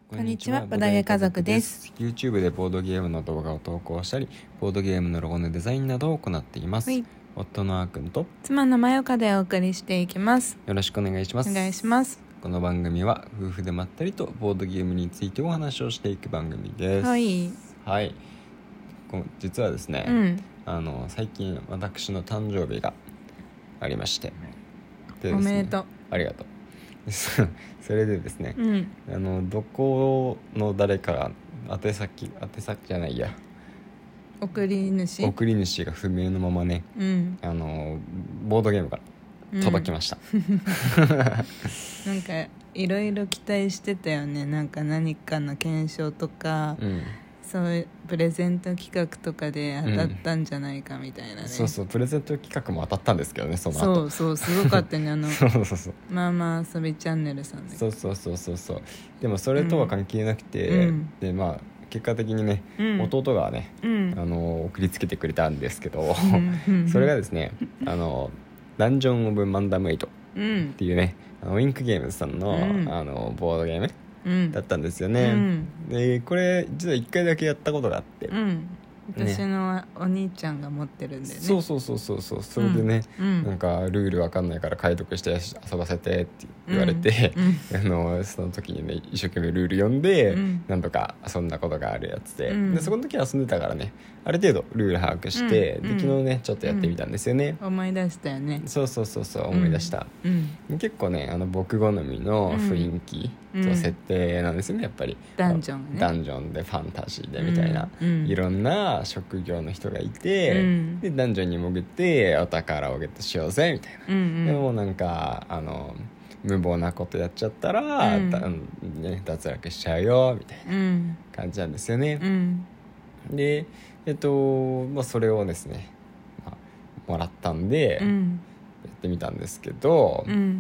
こんにちは、ボドゲ家族です。 YouTube でボードゲームの動画を投稿したり、ボードゲームのロゴのデザインなどを行っています、 はい、 夫のあーくんと妻のまよかでお送りしていきます。 よろしくお願いします。 お願いします。 この番組は夫婦でまったりとボードゲームについてお話をしていく番組です。 はい、 はい、実はですね、最近私の誕生日がありまして、でですね、 おめでとう。 ありがとうそれでですね、どこの誰かが宛先じゃないや、 送り主が不明のままね、ボードゲームが届きました、 なんかいろいろ期待してたよね。なんか何かの検証とか、そういうプレゼント企画とかで当たったんじゃないかみたいなね、 そうプレゼント企画も当たったんですけどね、その後そうすごかったねそうまあまあ遊びチャンネルさんで、 そうでもそれとは関係なくて、でまあ結果的にね、弟がね、送りつけてくれたんですけど、それがですね、ダンジョン・オブ・マンダムエイトっていうね、ウィンクゲームズさんの、ボードゲームだったんですよね、でこれ実は1回だけやったことがあって、 私のお兄ちゃんが持ってるんでね。 そうそれでね、なんかルールわかんないから解読して遊ばせてって言われて、その時にね一生懸命ルール読んで、なんとか遊んだことがあるやつで、でそこの時は遊んでたからね、ある程度ルール把握して、で昨日ねちょっとやってみたんですよね、 思い出したよね。 そう思い出した、結構ね僕好みの雰囲気と設定なんですよね、やっぱりダンジョンね、 ダンジョンでファンタジーでみたいな、いろんな職業の人がいて、でダンジョンに潜ってお宝をゲットしようぜみたいな、でもなんか無謀なことやっちゃったら、脱落しちゃうよみたいな感じなんですよね、でそれをですね、もらったんで、やってみたんですけど、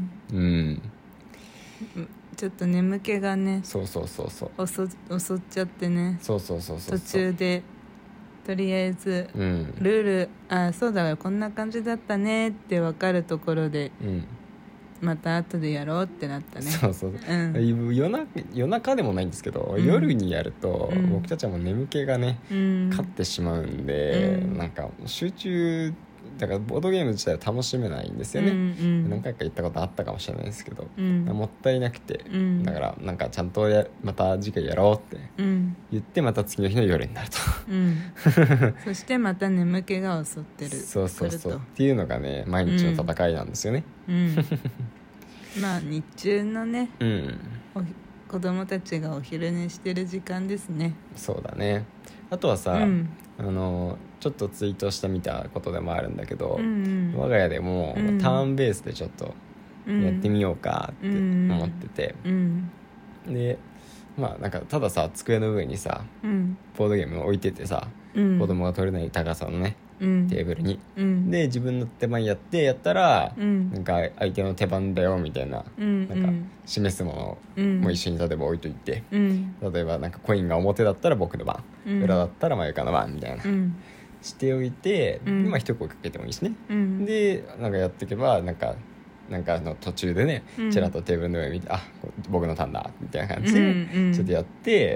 ちょっと眠気がね、襲っちゃってね、途中でとりあえず、ルールそうだよこんな感じだったねって分かるところで、また後でやろうってなったね。 夜中でもないんですけど、夜にやると、僕たちはもう眠気がね、勝ってしまうんで、なんか集中だからボードゲーム自体は楽しめないんですよね、何回か言ったことあったかもしれないですけど、もったいなくて、だからなんかちゃんとまた次回やろうって言って、また次の日の夜になると、 そしてまた眠気が襲ってるそうっていうのがね毎日の戦いなんですよね、 まあ日中のね、子供たちがお昼寝してる時間ですね。 そうだね。あとはさ、ちょっとツイートしてみたことでもあるんだけど、我が家でもターンベースでちょっとやってみようかって思ってて、でまあなんかたださ机の上にさ、ボードゲームを置いててさ、子供が取れない高さのね、テーブルに、で自分の手番やったら、なんか相手の手番だよみたいな、なんか示すものも一緒に例えば置いといて、例えばなんかコインが表だったら僕の番、裏だったらまゆかの番みたいな、しておいて、まあ一声かけてもいいしね、でなんかやっていけばなんか途中でねちらっとテーブルの上見て、僕のターンだみたいな感じでちょっとやって、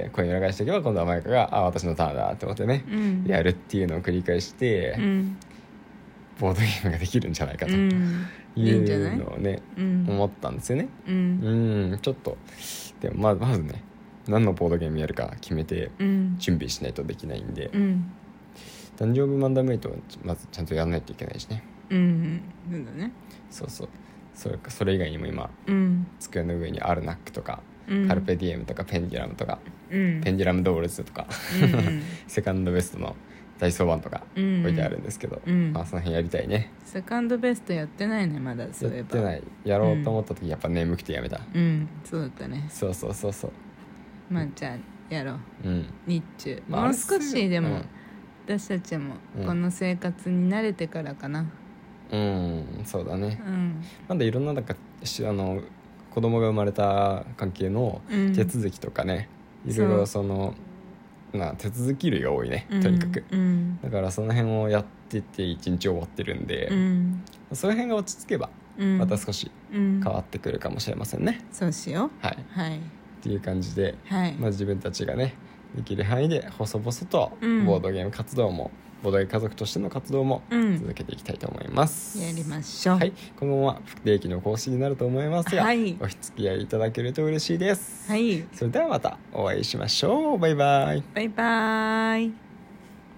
コイン裏返していけば今度はマイカが私のターンだって思ってね、やるっていうのを繰り返して、ボードゲームができるんじゃないかというのをね、思ったんですよね。ちょっとでもまずね何のボードゲームやるか決めて準備しないとできないんで、ダンジョン・オブ・マンダムエイトはまずちゃんとやらないといけないしね。 そうだね。 それ以外にも今、机の上にアルナックとか、カルペディエムとかペンデュラムとか、ペンデュラムドールズとか、セカンドベストのダイソー版とか置いてあるんですけど、その辺やりたいね。 セカンドベストやってないねまだ。そういえばやってない。やろうと思った時やっぱ眠くてやめた。 そうだったね。 そうまあじゃあやろう、日中、もう少しでも、私たちもこの生活に慣れてからかな。 そうだね、まだいろんななんか子供が生まれた関係の手続きとかね、いろいろ手続き類が多いね、とにかく、だからその辺をやってて一日終わってるんで、その辺が落ち着けばまた少し変わってくるかもしれませんね、 そうしよう。 はい、 っていう感じで、 はい、 自分たちがねできる範囲で細々とボードゲーム活動も、ボードゲーム家族としての活動も続けていきたいと思います、 やりましょう。 はい、このまま不定期の更新になると思いますが、 はい、 お付き合いいただけると嬉しいです、 はい、 それではまたお会いしましょう。バイバイ。 バイバイ。